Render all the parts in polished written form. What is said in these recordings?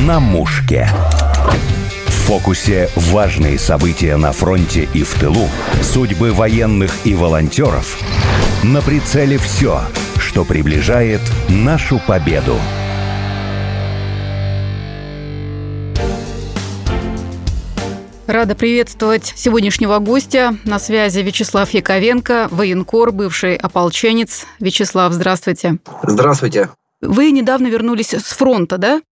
на мушке. В фокусе важные события на фронте и в тылу, судьбы военных и волонтеров. На прицеле все, что приближает нашу победу. Рада приветствовать сегодняшнего гостя. На связи Вячеслав Яковенко, военкор, бывший ополченец. Вячеслав, здравствуйте. Здравствуйте. Вы недавно вернулись с фронта, да?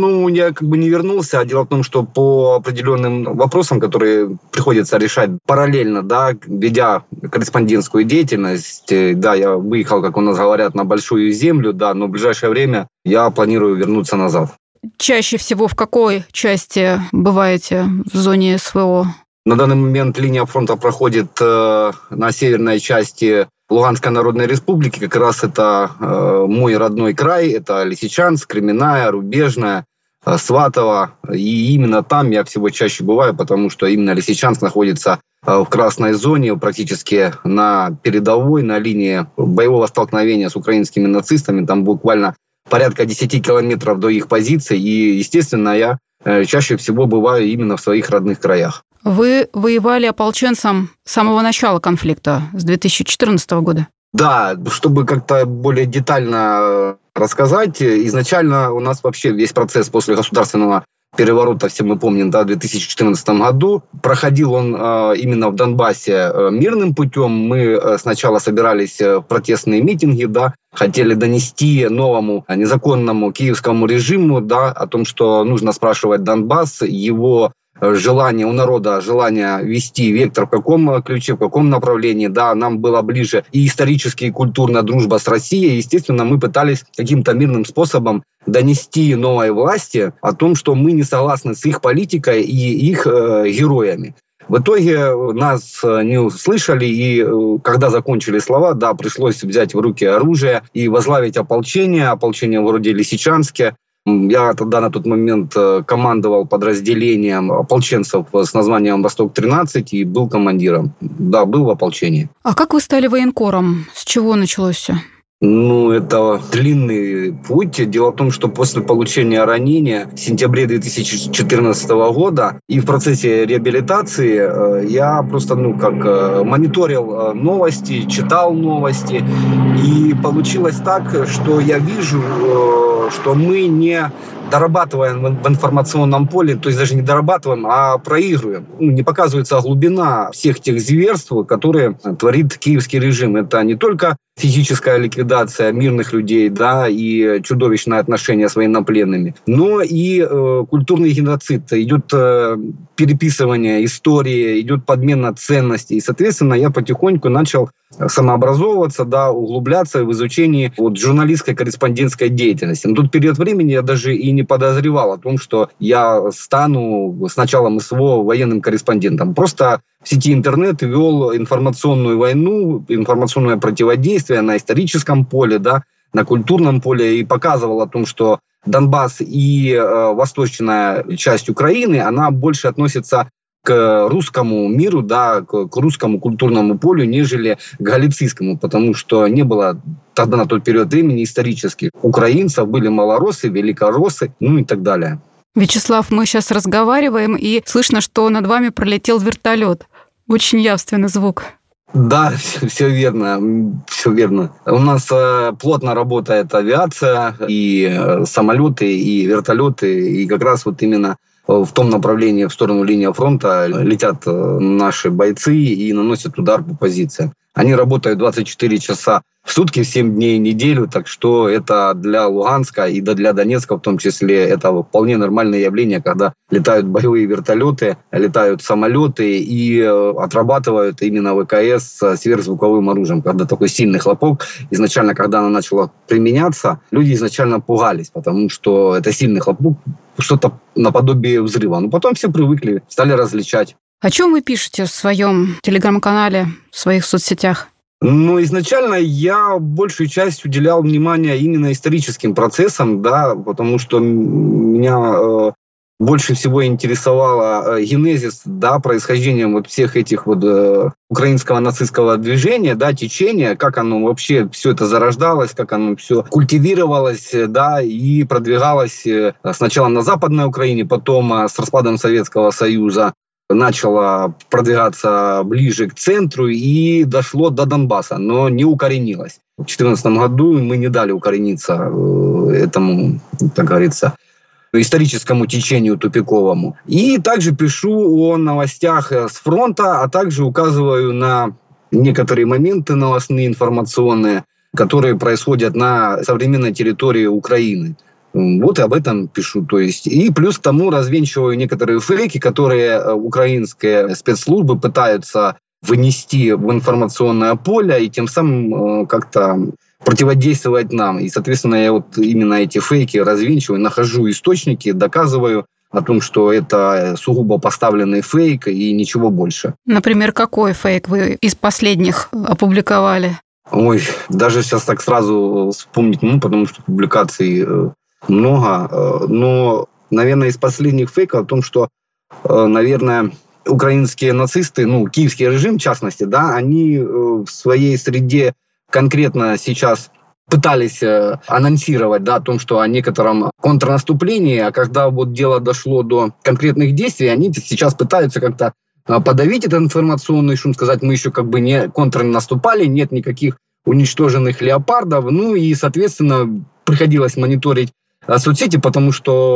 Я не вернулся. А дело в том, что по определенным вопросам, которые приходится решать параллельно, ведя корреспондентскую деятельность, я выехал, как у нас говорят, на большую землю, но в ближайшее время я планирую вернуться назад. Чаще всего в какой части бываете в зоне СВО? На данный момент линия фронта проходит на северной части Луганской Народной Республики. Как раз это мой родной край. Это Лисичанск, Кременная, Рубежная, Сватово. И именно там я всего чаще бываю, потому что именно Лисичанск находится в красной зоне, практически на передовой, на линии боевого столкновения с украинскими нацистами. Там буквально порядка 10 километров до их позиций. И, естественно, я чаще всего бываю именно в своих родных краях. Вы воевали ополченцем с самого начала конфликта, с 2014 года? Да, чтобы как-то более детально рассказать, изначально у нас вообще весь процесс после государственного переворота, все мы помним, в 2014 году, проходил он именно в Донбассе мирным путем. Мы сначала собирались в протестные митинги, хотели донести новому незаконному киевскому режиму, о том, что нужно спрашивать Донбасс, его желание у народа, желание вести вектор в каком ключе, в каком направлении. Нам была ближе и исторически, и культурная дружба с Россией. Естественно, мы пытались каким-то мирным способом донести новой власти о том, что мы не согласны с их политикой и их героями. В итоге нас не услышали, и когда закончили слова, пришлось взять в руки оружие и возглавить ополчение в городе Лисичанске. Я тогда на тот момент командовал подразделением ополченцев с названием «Восток-13» и был командиром. Был в ополчении. А как вы стали военкором? С чего началось все? Это длинный путь. Дело в том, что после получения ранения в сентябре 2014 года и в процессе реабилитации я просто мониторил новости, читал новости. И получилось так, что я вижу, что мы не дорабатываем в информационном поле, то есть даже не дорабатываем, а проигрываем. Не показывается глубина всех тех зверств, которые творит киевский режим. Это не только физическая ликвидация мирных людей, и чудовищное отношение с военнопленными, но и культурный геноцид. Идет переписывание истории, идет подмена ценностей. И, соответственно, я потихоньку начал самообразовываться, углубляться в изучении журналистской корреспондентской деятельности. На тот период времени я даже и не подозревал о том, что я стану с началом СВО военным корреспондентом. Просто в сети интернет вел информационную войну, информационное противодействие на историческом поле, на культурном поле, и показывал о том, что Донбасс и восточная часть Украины, она больше относится к русскому миру, к русскому культурному полю, нежели к галицийскому, потому что не было тогда на тот период времени исторически украинцев, были малороссы, великороссы, и так далее. Вячеслав, мы сейчас разговариваем, и слышно, что над вами пролетел вертолет. Очень явственный звук. Да, все верно, все верно. У нас плотно работает авиация, и самолеты, и вертолеты, и как раз именно в том направлении, в сторону линии фронта, летят наши бойцы и наносят удар по позициям. Они работают 24 часа в сутки, 7 дней в неделю, так что это для Луганска и для Донецка в том числе это вполне нормальное явление, когда летают боевые вертолеты, летают самолеты и отрабатывают именно ВКС сверхзвуковым оружием. Когда такой сильный хлопок, изначально, когда она начала применяться, люди изначально пугались, потому что это сильный хлопок, что-то наподобие взрыва. Но потом все привыкли, стали различать. О чем вы пишете в своем телеграм-канале, в своих соцсетях? Изначально я большую часть уделял внимание именно историческим процессам, потому что меня больше всего интересовало генезис, да, происхождение вот всех этих вот украинского нацистского движения, да, течения, как оно вообще все это зарождалось, как оно все культивировалось, да, и продвигалось сначала на Западной Украине, потом с распадом Советского Союза начало продвигаться ближе к центру и дошло до Донбасса, но не укоренилось. В 2014 году мы не дали укорениться этому, так говорится, историческому течению тупиковому. И также пишу о новостях с фронта, а также указываю на некоторые моменты новостные, информационные, которые происходят на современной территории Украины. Вот и об этом пишу. То есть. И плюс к тому развенчиваю некоторые фейки, которые украинские спецслужбы пытаются вынести в информационное поле и тем самым как-то противодействовать нам. И, соответственно, я вот именно эти фейки развенчиваю, нахожу источники, доказываю о том, что это сугубо поставленный фейк и ничего больше. Например, какой фейк вы из последних опубликовали? Ой, даже сейчас так сразу вспомнить, потому что публикаций много. Но, наверное, из последних фейков о том, что, наверное, украинские нацисты, киевский режим в частности, да, они в своей среде конкретно сейчас пытались анонсировать, да, о том, что о некотором контрнаступлении, а когда вот дело дошло до конкретных действий, они сейчас пытаются как-то подавить этот информационный шум, сказать, мы еще как бы не контрнаступали, нет никаких уничтоженных леопардов, и, соответственно, приходилось мониторить соцсети, потому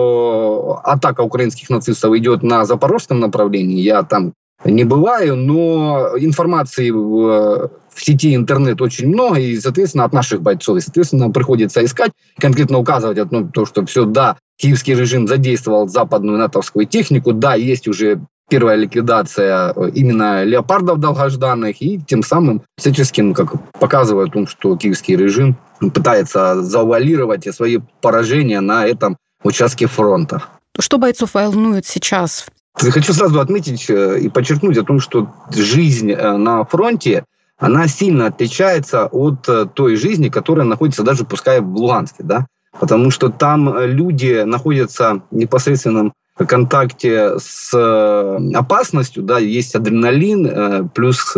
что атака украинских нацистов идет на запорожском направлении, я там не бываю, но информации в сети интернет очень много, и, соответственно, от наших бойцов, и, соответственно, приходится искать, конкретно указывать о том, что все, да, киевский режим задействовал западную натовскую технику, да, есть уже первая ликвидация именно леопардов долгожданных, и тем самым всячески показывает о том, что киевский режим пытается завуалировать свои поражения на этом участке фронта. Что бойцов волнует сейчас? Хочу сразу отметить и подчеркнуть о том, что жизнь на фронте, она сильно отличается от той жизни, которая находится даже, пускай, в Луганске, да? Потому что там люди находятся в непосредственном контакте с опасностью, да, есть адреналин, плюс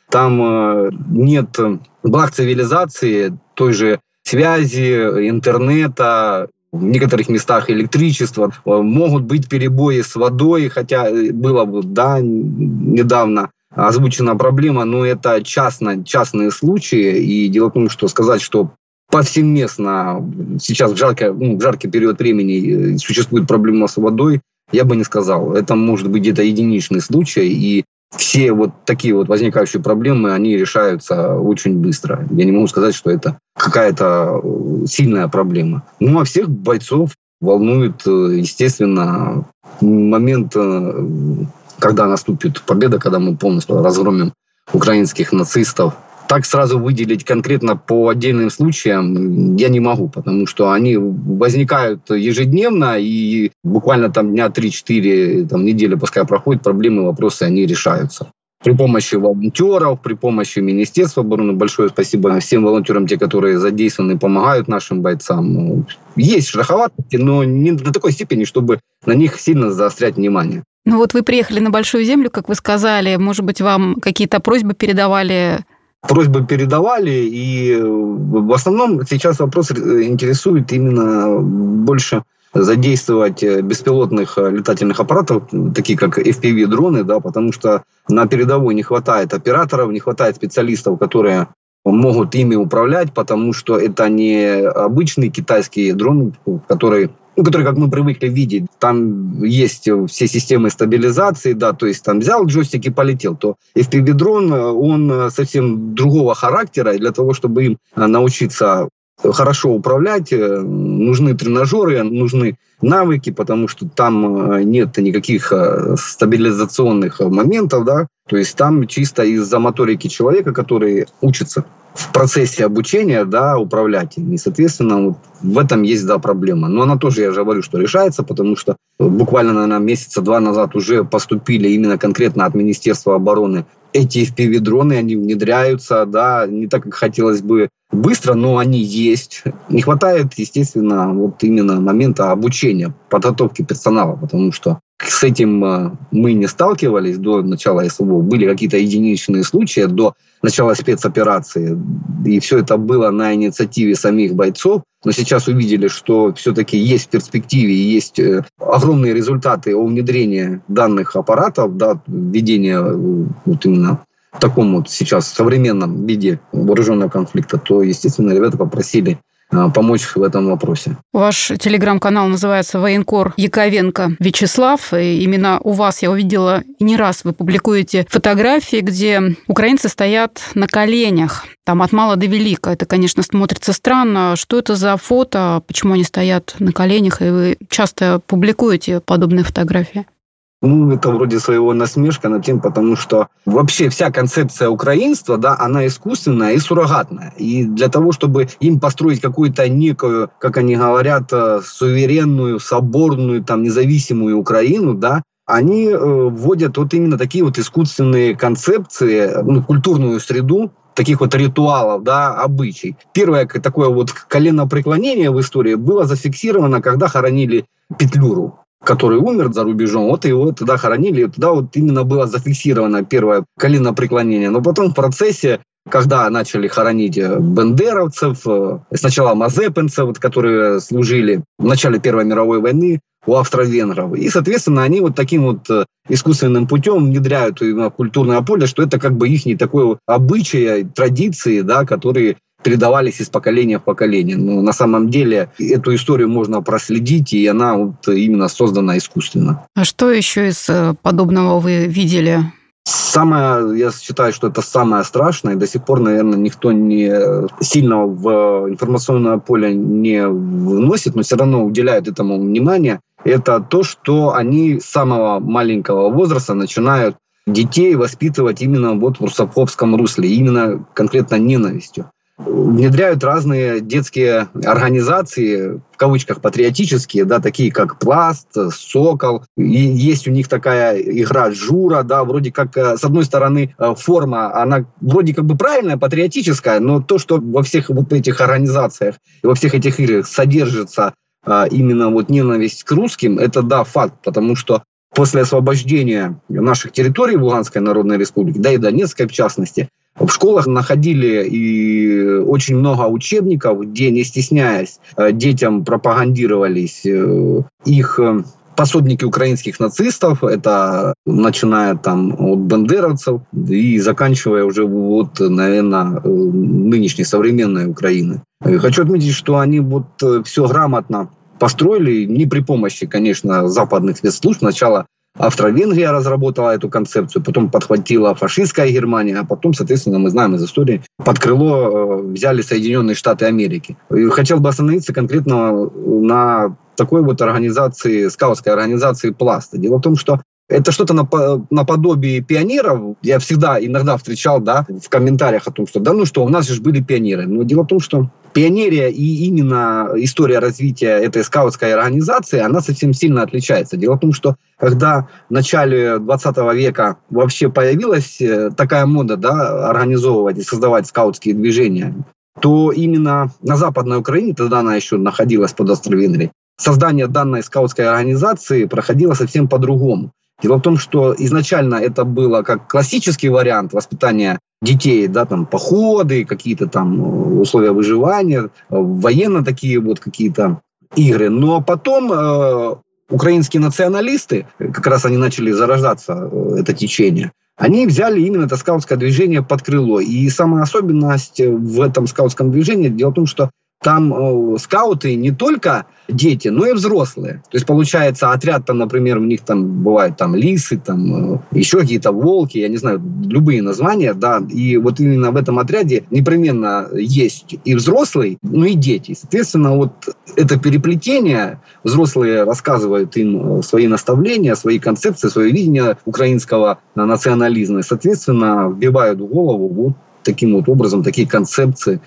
там нет благ цивилизации, той же связи, интернета, в некоторых местах электричества, могут быть перебои с водой, хотя было бы, да, недавно озвучена проблема, но это частные случаи, и дело в том, что сказать, что повсеместно сейчас в жаркий период времени существует проблема с водой, я бы не сказал. Это может быть где-то единичный случай, и все вот такие вот возникающие проблемы, они решаются очень быстро. Я не могу сказать, что это какая-то сильная проблема. А всех бойцов волнует, естественно, момент, когда наступит победа, когда мы полностью разгромим украинских нацистов. Так сразу выделить конкретно по отдельным случаям я не могу, потому что они возникают ежедневно, и буквально там дня 3-4, недели, пускай проходит, проблемы, вопросы, они решаются. При помощи волонтеров, при помощи Министерства обороны. Большое спасибо всем волонтерам, те, которые задействованы, помогают нашим бойцам. Есть шероховатости, но не до такой степени, чтобы на них сильно заострять внимание. Вот вы приехали на Большую Землю, как вы сказали, может быть, вам какие-то просьбы передавали? Просьбы передавали, и в основном сейчас вопрос интересует именно больше задействовать беспилотных летательных аппаратов, такие как FPV-дроны, да, потому что на передовой не хватает операторов, не хватает специалистов, которые могут ими управлять, потому что это не обычные китайские дроны, которые, как мы привыкли видеть, там есть все системы стабилизации, да, то есть там взял джойстик и полетел, то FPV-дрон, он совсем другого характера, и для того, чтобы им научиться хорошо управлять, нужны тренажеры, нужны навыки, потому что там нет никаких стабилизационных моментов, да, то есть там чисто из-за моторики человека, который учится в процессе обучения, да, управлять им. И, соответственно, вот в этом есть, да, проблема. Но она тоже, я же говорю, что решается, потому что буквально, наверное, месяца 2 назад уже поступили именно конкретно от Министерства обороны эти FPV-дроны, они внедряются, да, не так, как хотелось бы быстро, но они есть. Не хватает, естественно, вот именно момента обучения, подготовки персонала, потому что с этим мы не сталкивались до начала СВО. Были какие-то единичные случаи до начала спецоперации, и все это было на инициативе самих бойцов. Но сейчас увидели, что все-таки есть в перспективе, есть огромные результаты о внедрении данных аппаратов, да, введения вот именно в таком вот сейчас современном виде вооруженного конфликта, то, естественно, ребята попросили помочь в этом вопросе. Ваш телеграм-канал называется «Военкор Яковенко Вячеслав». И именно у вас я увидела не раз вы публикуете фотографии, где украинцы стоят на коленях. Там от мала до велика. Это, конечно, смотрится странно. Что это за фото? Почему они стоят на коленях? И вы часто публикуете подобные фотографии? Это вроде своего насмешка над тем, потому что вообще вся концепция украинства, да, она искусственная и суррогатная. И для того, чтобы им построить какую-то некую, как они говорят, суверенную, соборную, там, независимую Украину, да, они вводят вот именно такие вот искусственные концепции, культурную среду, таких вот ритуалов, да, обычай. Первое такое вот коленопреклонение в истории было зафиксировано, когда хоронили Петлюру, который умер за рубежом, вот его тогда хоронили, и тогда вот именно было зафиксировано первое коленопреклонение. Но потом в процессе, когда начали хоронить бендеровцев, сначала мазепинцев, вот, которые служили в начале Первой мировой войны у австро-венгров, и, соответственно, они вот таким вот искусственным путем внедряют в культурное поле, что это как бы их такой вот обычай, традиции, да, которые передавались из поколения в поколение. Но на самом деле эту историю можно проследить, и она вот именно создана искусственно. А что еще из подобного вы видели? Я считаю, что это самое страшное. До сих пор, наверное, никто не сильно в информационное поле не вносит, но все равно уделяет этому внимание. Это то, что они с самого маленького возраста начинают детей воспитывать именно вот в русофобском русле, именно конкретно ненавистью. Внедряют разные детские организации, в кавычках патриотические, да, такие как «Пласт», «Сокол». И есть у них такая игра «Жура», да, вроде как, с одной стороны, форма, она вроде как бы правильная, патриотическая, но то, что во всех вот этих организациях, во всех этих играх содержится именно вот ненависть к русским, это, да, факт, потому что после освобождения наших территорий в Луганской Народной Республике, да и Донецкой в частности, в школах находили и очень много учебников, где, не стесняясь, детям пропагандировались их пособники украинских нацистов, это начиная там от бандеровцев и заканчивая уже вот, наверное, нынешней современной Украины. Хочу отметить, что они вот все грамотно построили, не при помощи, конечно, западных спецслужб. Сначала Австро-Венгрия разработала эту концепцию, потом подхватила фашистская Германия, а потом, соответственно, мы знаем из истории, под крыло взяли Соединенные Штаты Америки. И хотел бы остановиться конкретно на такой вот организации, скаутской организации «Пласт». Дело в том, что это что-то наподобие пионеров. Я всегда, иногда встречал, да, в комментариях о том, что да, что у нас же были пионеры. Но дело в том, что пионерия и именно история развития этой скаутской организации, она совсем сильно отличается. Дело в том, что когда в начале 20 века вообще появилась такая мода, да, организовывать и создавать скаутские движения, то именно на Западной Украине, тогда она еще находилась под Австро-Венгрией, создание данной скаутской организации проходило совсем по-другому. Дело в том, что изначально это было как классический вариант воспитания детей, да, там походы, какие-то там условия выживания, военно такие вот какие-то игры. Но потом украинские националисты, как раз они начали зарождаться, это течение, они взяли именно это скаутское движение под крыло. И самая особенность в этом скаутском движении, дело в том, что там скауты не только дети, но и взрослые. То есть, получается, отряд, там, например, у них там бывают там лисы, там еще какие-то волки, я не знаю, любые названия, да, и вот именно в этом отряде непременно есть и взрослые, но и дети. Соответственно, вот это переплетение, взрослые рассказывают им свои наставления, свои концепции, свое видение украинского национализма, и, соответственно, вбивают в голову вот таким вот образом такие концепции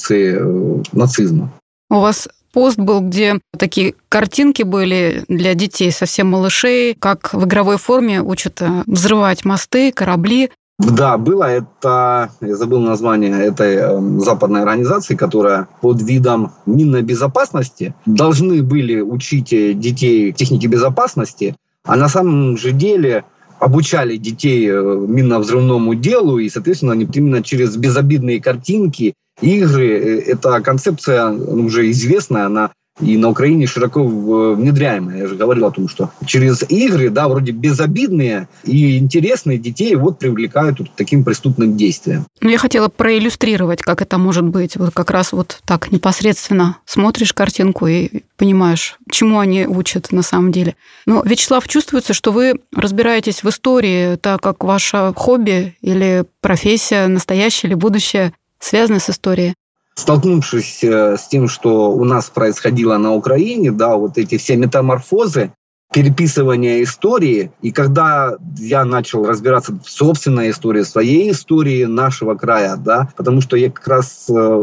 нацизма. У вас пост был, где такие картинки были для детей, совсем малышей, как в игровой форме учат взрывать мосты, корабли. Да, было. Это, я забыл название этой западной организации, которая под видом минной безопасности должны были учить детей технике безопасности, а на самом же деле обучали детей минно-взрывному делу, и, соответственно, они именно через безобидные картинки, игры. Эта концепция уже известная, она и на Украине широко внедряемая. Я же говорил о том, что через игры, да, вроде безобидные и интересные, детей вот привлекают вот таким преступным действиям. Ну, я хотела проиллюстрировать, как это может быть. Вот как раз вот так непосредственно смотришь картинку и понимаешь, чему они учат на самом деле. Но, Вячеслав, чувствуется, что вы разбираетесь в истории, так как ваше хобби или профессия, настоящее или будущее, связаны с историей. Столкнувшись с тем, что у нас происходило на Украине, да, вот эти все метаморфозы, переписывание истории, и когда я начал разбираться в собственной истории, своей истории нашего края, да, потому что я как раз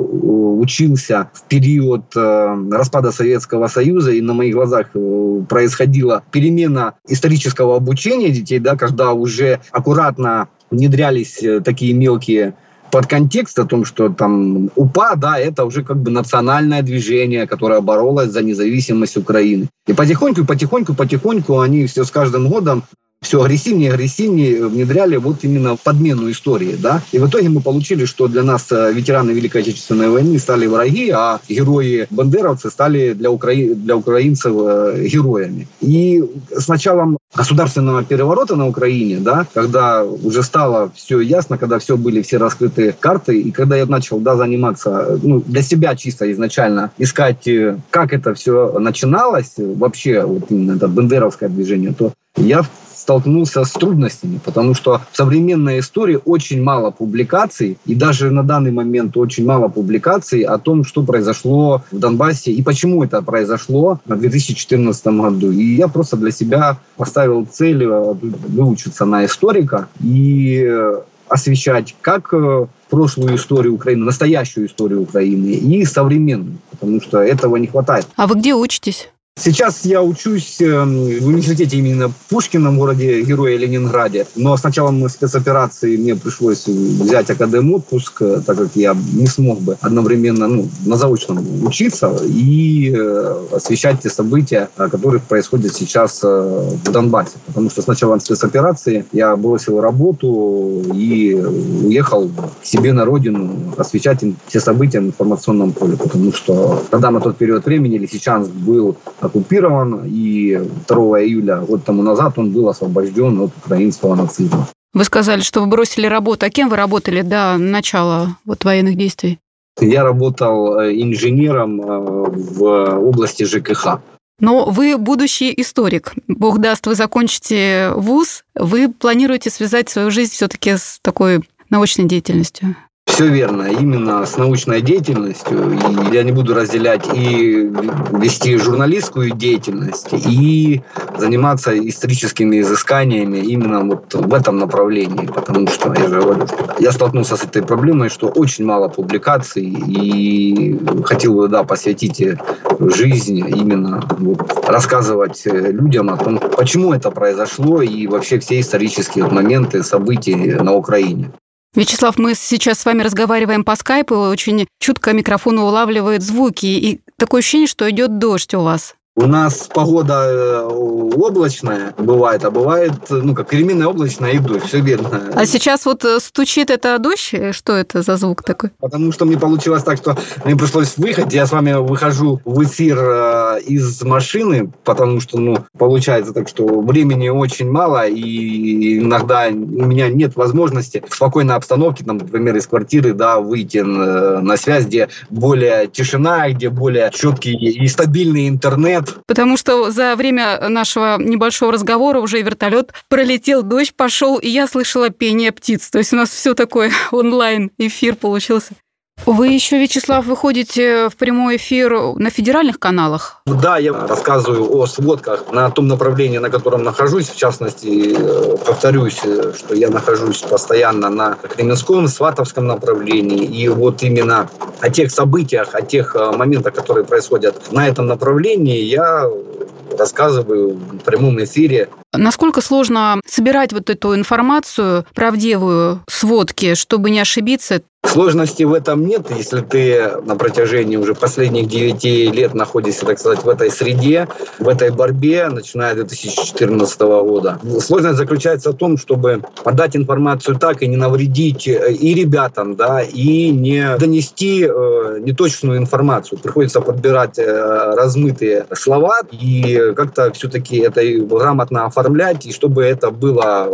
учился в период распада Советского Союза, и на моих глазах происходила перемена исторического обучения детей, да, когда уже аккуратно внедрялись такие мелкие под контекст о том, что там УПА, да, это уже как бы национальное движение, которое боролось за независимость Украины. И потихоньку они все с каждым годом все агрессивнее внедряли вот именно подмену истории, да. И в итоге мы получили, что для нас ветераны Великой Отечественной войны стали враги, а герои-бандеровцы стали для украинцев героями. И с началом государственного переворота на Украине, да, когда уже стало все ясно, когда были все раскрыты карты, и когда я начал, да, заниматься, для себя чисто изначально искать, как это все начиналось, вообще вот именно это бандеровское движение, то я столкнулся с трудностями, потому что в современной истории очень мало публикаций, и даже на данный момент очень мало публикаций о том, что произошло в Донбассе и почему это произошло в 2014 году. И я просто для себя поставил цель выучиться на историка и освещать как прошлую историю Украины, настоящую историю Украины и современную, потому что этого не хватает. А вы где учитесь? Сейчас я учусь в университете именно Пушкина в городе Героя Ленинграде. Но с началом спецоперации мне пришлось взять академ-отпуск, так как я не смог бы одновременно на заочном учиться и освещать те события, которые происходят сейчас в Донбассе. Потому что с началом спецоперации я бросил работу и уехал к себе на родину освещать все события в информационном поле. Потому что тогда на тот период времени Лисичанск был оккупирован, и 2 июля год тому назад он был освобожден от украинского нацизма. Вы сказали, что вы бросили работу. А кем вы работали до начала военных действий? Я работал инженером в области ЖКХ. Но вы будущий историк. Бог даст, вы закончите вуз. Вы планируете связать свою жизнь все-таки с такой научной деятельностью? Все верно, именно с научной деятельностью. И я не буду разделять и вести журналистскую деятельность, и заниматься историческими изысканиями именно вот в этом направлении. Потому что, я же говорю, я столкнулся с этой проблемой, что очень мало публикаций, и хотел бы, посвятить жизнь именно рассказывать людям о том, почему это произошло, и вообще все исторические моменты, события на Украине. Вячеслав, мы сейчас с вами разговариваем по скайпу, очень чутко микрофон улавливает звуки, и такое ощущение, что идет дождь у вас. У нас погода облачная бывает, а бывает, как переменная облачная и дождь, все верно. А сейчас вот стучит это дождь? Что это за звук такой? Потому что мне получилось так, что мне пришлось выехать. Я с вами выхожу в эфир из машины, потому что, получается так, что времени очень мало, и иногда у меня нет возможности в спокойной обстановке, например, из квартиры, выйти на связь, где более тишина, где более четкий и стабильный интернет. Потому что за время нашего небольшого разговора уже вертолет пролетел, дождь пошел, и я слышала пение птиц. То есть у нас все такое онлайн-эфир получился. Вы еще, Вячеслав, выходите в прямой эфир на федеральных каналах? Да, я рассказываю о сводках на том направлении, на котором нахожусь. В частности, повторюсь, что я нахожусь постоянно на Кременском, Сватовском направлении. И вот именно о тех событиях, о тех моментах, которые происходят на этом направлении, я рассказываю в прямом эфире. Насколько сложно собирать вот эту информацию, правдивую, сводки, чтобы не ошибиться? Сложностей в этом нет, если ты на протяжении уже последних 9 лет находишься, так сказать, в этой среде, в этой борьбе, начиная с 2014 года. Сложность заключается в том, чтобы подать информацию так и не навредить и ребятам, да, и не донести неточную информацию. Приходится подбирать размытые слова и как-то все-таки это грамотно оформлять, и чтобы это было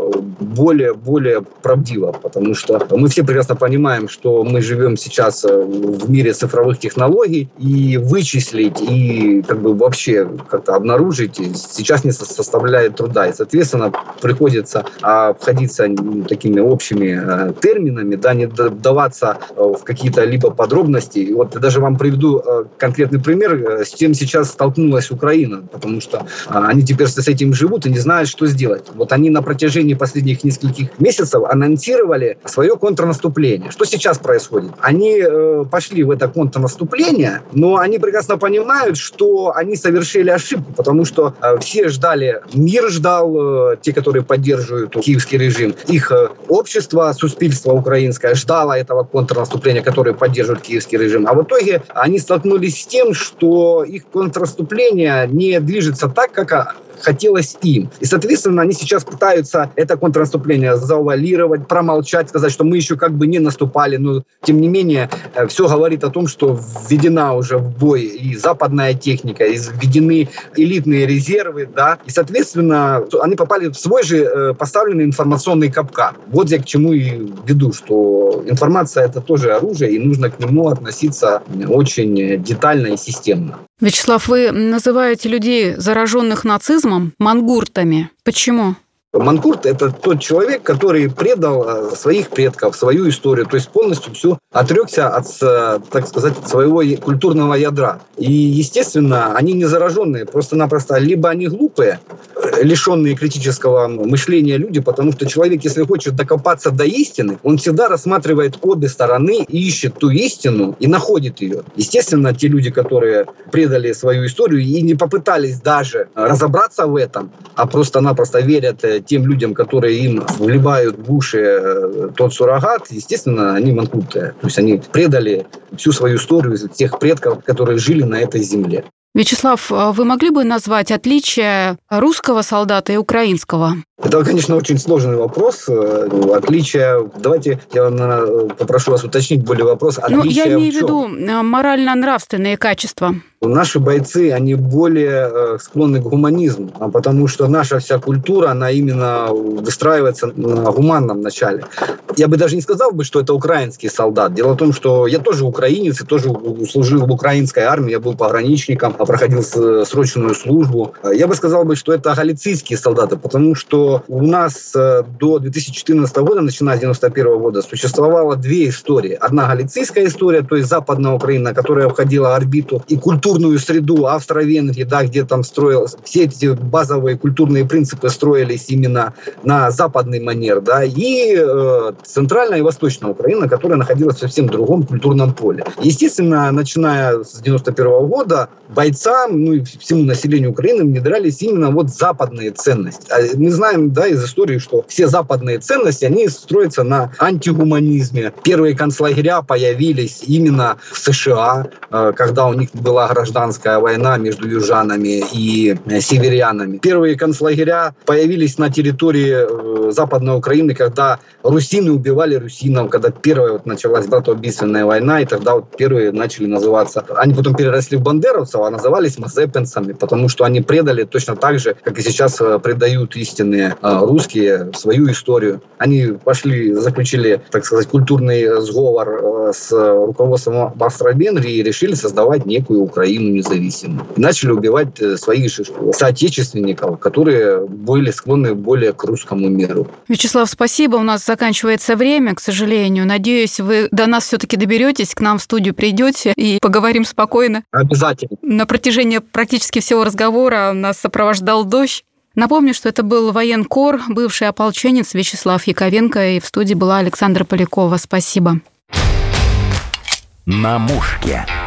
более правдиво, потому что мы все прекрасно понимаем, что мы живем сейчас в мире цифровых технологий, и вычислить, и вообще как-то обнаружить сейчас не составляет труда. И, соответственно, приходится обходиться такими общими терминами, да, не вдаваться в какие-то либо подробности. И вот даже вам приведу конкретный пример, с чем сейчас столкнулась Украина, потому что они теперь с этим живут и не знают, что сделать. Вот они на протяжении последних нескольких месяцев анонсировали свое контрнаступление. Что сейчас происходит? Они пошли в это контрнаступление, но они прекрасно понимают, что они совершили ошибку, потому что все ждали, мир ждал, те, которые поддерживают киевский режим, их общество, суспільство украинское ждало этого контрнаступления, которое поддерживает киевский режим. А в итоге они столкнулись с тем, что их контрнаступление не движется так, как хотелось им. И, соответственно, они сейчас пытаются это контрнаступление завуалировать, промолчать, сказать, что мы еще не наступали, но, тем не менее, все говорит о том, что введена уже в бой и западная техника, и введены элитные резервы, да, и, соответственно, они попали в свой же поставленный информационный капкан. Вот я к чему и веду, что информация — это тоже оружие, и нужно к нему относиться очень детально и системно. Вячеслав, вы называете людей, зараженных нацизмом, мангуртами. Почему? Мангурт — это тот человек, который предал своих предков, свою историю, то есть полностью всю отрекся от, так сказать, своего культурного ядра. И, естественно, они не зараженные, просто-напросто либо они глупые, лишенные критического мышления люди, потому что человек, если хочет докопаться до истины, он всегда рассматривает обе стороны, ищет ту истину и находит ее. Естественно, те люди, которые предали свою историю и не попытались даже разобраться в этом, а просто-напросто верят тем людям, которые им вливают в уши тот суррогат, естественно, они мангурты. То есть они предали всю свою историю тех предков, которые жили на этой земле. Вячеслав, вы могли бы назвать отличия русского солдата и украинского? Это, конечно, очень сложный вопрос. Отличия... Давайте я попрошу вас уточнить более вопрос. Я имею в виду морально-нравственные качества. Наши бойцы, они более склонны к гуманизму, потому что наша вся культура, она именно выстраивается на гуманном начале. Я бы даже не сказал, что это украинский солдат. Дело в том, что я тоже украинец и тоже служил в украинской армии, я был пограничником, проходил срочную службу. Я бы сказал, что это галицийские солдаты, потому что у нас до 2014 года, начиная с 1991 года, существовало две истории. Одна галицийская история, то есть Западная Украина, которая обходила орбиту и культурную среду Австро-Венгрии, да, где там строилось, все эти базовые культурные принципы строились именно на западный манер, да, и Центральная и Восточная Украина, которая находилась в совсем другом культурном поле. Естественно, начиная с 1991 года бойцам, и всему населению Украины внедрялись именно западные ценности. Мы знаем, да, из истории, что все западные ценности, они строятся на антигуманизме. Первые концлагеря появились именно в США, когда у них была гражданская война между южанами и северянами. Первые концлагеря появились на территории Западной Украины, когда русины убивали русинов, когда первая началась братоубийственная война, и тогда первые начали называться... Они потом переросли в бандеровцев, а назывались мазепинцами, потому что они предали точно так же, как и сейчас предают истинные русские свою историю. Они пошли, заключили, так сказать, культурный сговор с руководством Австро-Венгрии и решили создавать некую Украину независимую. И начали убивать своих соотечественников, которые были склонны более к русскому миру. Вячеслав, спасибо. У нас заканчивается время, к сожалению. Надеюсь, вы до нас все-таки доберетесь, к нам в студию придете и поговорим спокойно. Обязательно. На протяжении практически всего разговора нас сопровождал дождь. Напомню, что это был военкор, бывший ополченец Вячеслав Яковенко, и в студии была Александра Полякова. Спасибо. На мушке.